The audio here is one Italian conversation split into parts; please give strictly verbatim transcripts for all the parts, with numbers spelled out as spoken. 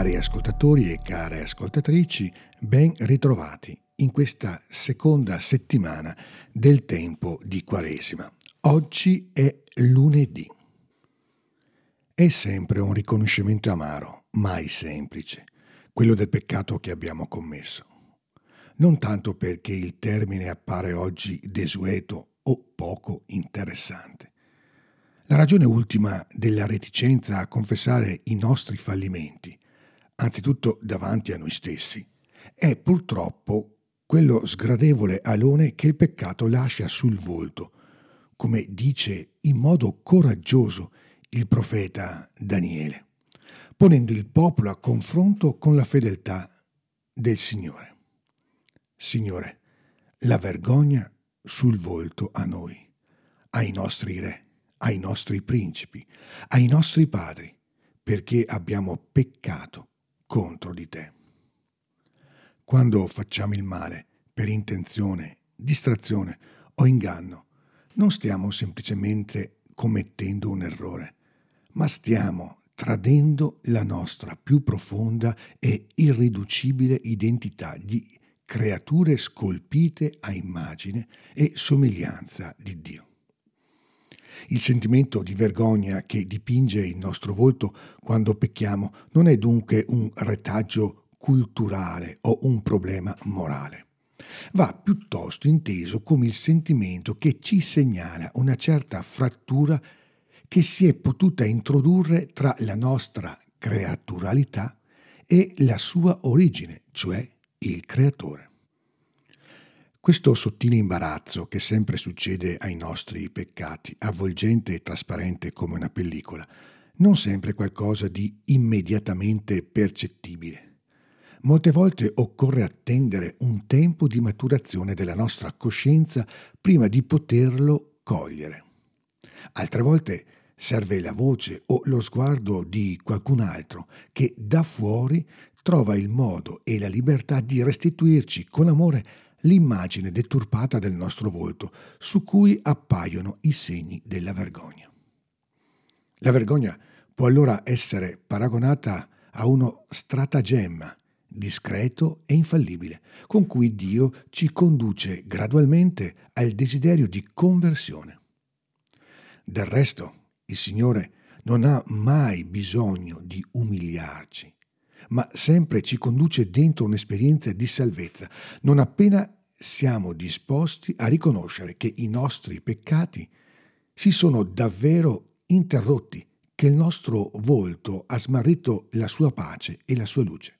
Cari ascoltatori e care ascoltatrici, ben ritrovati in questa seconda settimana del tempo di Quaresima. Oggi è lunedì. È sempre un riconoscimento amaro, mai semplice, quello del peccato che abbiamo commesso. Non tanto perché il termine appare oggi desueto o poco interessante. La ragione ultima della reticenza a confessare i nostri fallimenti, anzitutto davanti a noi stessi, è purtroppo quello sgradevole alone che il peccato lascia sul volto, come dice in modo coraggioso il profeta Daniele, ponendo il popolo a confronto con la fedeltà del Signore. Signore, la vergogna sul volto a noi, ai nostri re, ai nostri principi, ai nostri padri, perché abbiamo peccato contro di te. Quando facciamo il male per intenzione, distrazione o inganno, non stiamo semplicemente commettendo un errore, ma stiamo tradendo la nostra più profonda e irriducibile identità di creature scolpite a immagine e somiglianza di Dio. Il sentimento di vergogna che dipinge il nostro volto quando pecchiamo non è dunque un retaggio culturale o un problema morale. Va piuttosto inteso come il sentimento che ci segnala una certa frattura che si è potuta introdurre tra la nostra creaturalità e la sua origine, cioè il Creatore. Questo sottile imbarazzo che sempre succede ai nostri peccati, avvolgente e trasparente come una pellicola, non sempre è qualcosa di immediatamente percettibile. Molte volte occorre attendere un tempo di maturazione della nostra coscienza prima di poterlo cogliere. Altre volte serve la voce o lo sguardo di qualcun altro che da fuori trova il modo e la libertà di restituirci con amore l'immagine deturpata del nostro volto, su cui appaiono i segni della vergogna. La vergogna può allora essere paragonata a uno stratagemma discreto e infallibile, con cui Dio ci conduce gradualmente al desiderio di conversione. Del resto, il Signore non ha mai bisogno di umiliarci, ma sempre ci conduce dentro un'esperienza di salvezza, non appena siamo disposti a riconoscere che i nostri peccati si sono davvero interrotti, che il nostro volto ha smarrito la sua pace e la sua luce.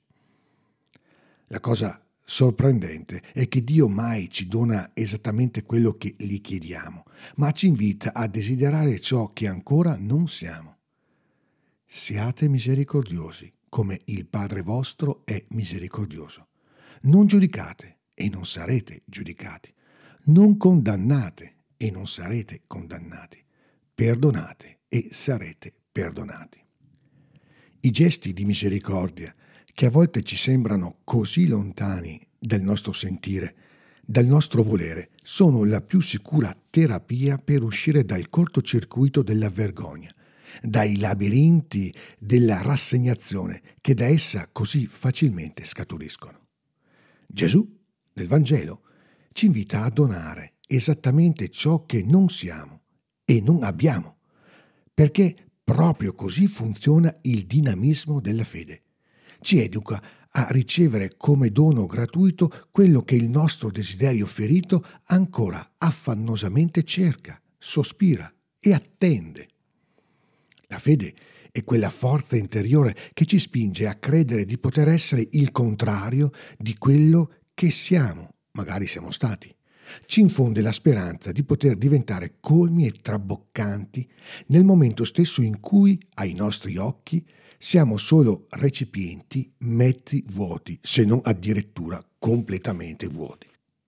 La cosa sorprendente è che Dio mai ci dona esattamente quello che gli chiediamo, ma ci invita a desiderare ciò che ancora non siamo. Siate misericordiosi, come il Padre vostro è misericordioso. Non giudicate e non sarete giudicati. Non condannate e non sarete condannati. Perdonate e sarete perdonati. I gesti di misericordia, che a volte ci sembrano così lontani dal nostro sentire, dal nostro volere, sono la più sicura terapia per uscire dal cortocircuito della vergogna, dai labirinti della rassegnazione che da essa così facilmente scaturiscono. Gesù, nel Vangelo, ci invita a donare esattamente ciò che non siamo e non abbiamo, perché proprio così funziona il dinamismo della fede. Ci educa a ricevere come dono gratuito quello che il nostro desiderio ferito ancora affannosamente cerca, sospira e attende. La fede è quella forza interiore che ci spinge a credere di poter essere il contrario di quello che siamo, magari siamo stati. Ci infonde la speranza di poter diventare colmi e traboccanti nel momento stesso in cui, ai nostri occhi, siamo solo recipienti mezzi vuoti, se non addirittura completamente vuoti.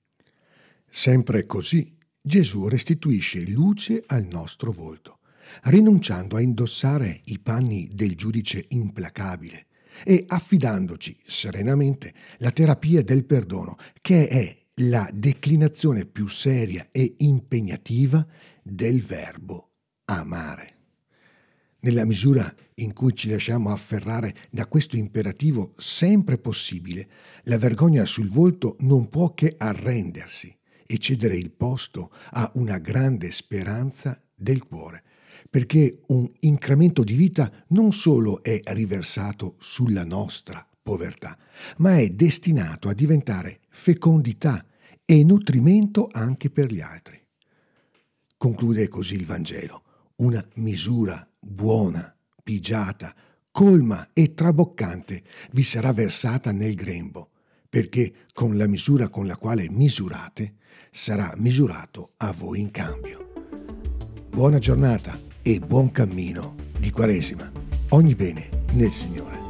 Sempre così, Gesù restituisce luce al nostro volto, rinunciando a indossare i panni del giudice implacabile e affidandoci serenamente la terapia del perdono, che è la declinazione più seria e impegnativa del verbo amare. Nella misura in cui ci lasciamo afferrare da questo imperativo sempre possibile, la vergogna sul volto non può che arrendersi e cedere il posto a una grande speranza del cuore, perché un incremento di vita non solo è riversato sulla nostra povertà, ma è destinato a diventare fecondità e nutrimento anche per gli altri. Conclude così il Vangelo: una misura buona, pigiata, colma e traboccante vi sarà versata nel grembo, perché con la misura con la quale misurate sarà misurato a voi in cambio. Buona giornata e buon cammino di Quaresima. Ogni bene nel Signore.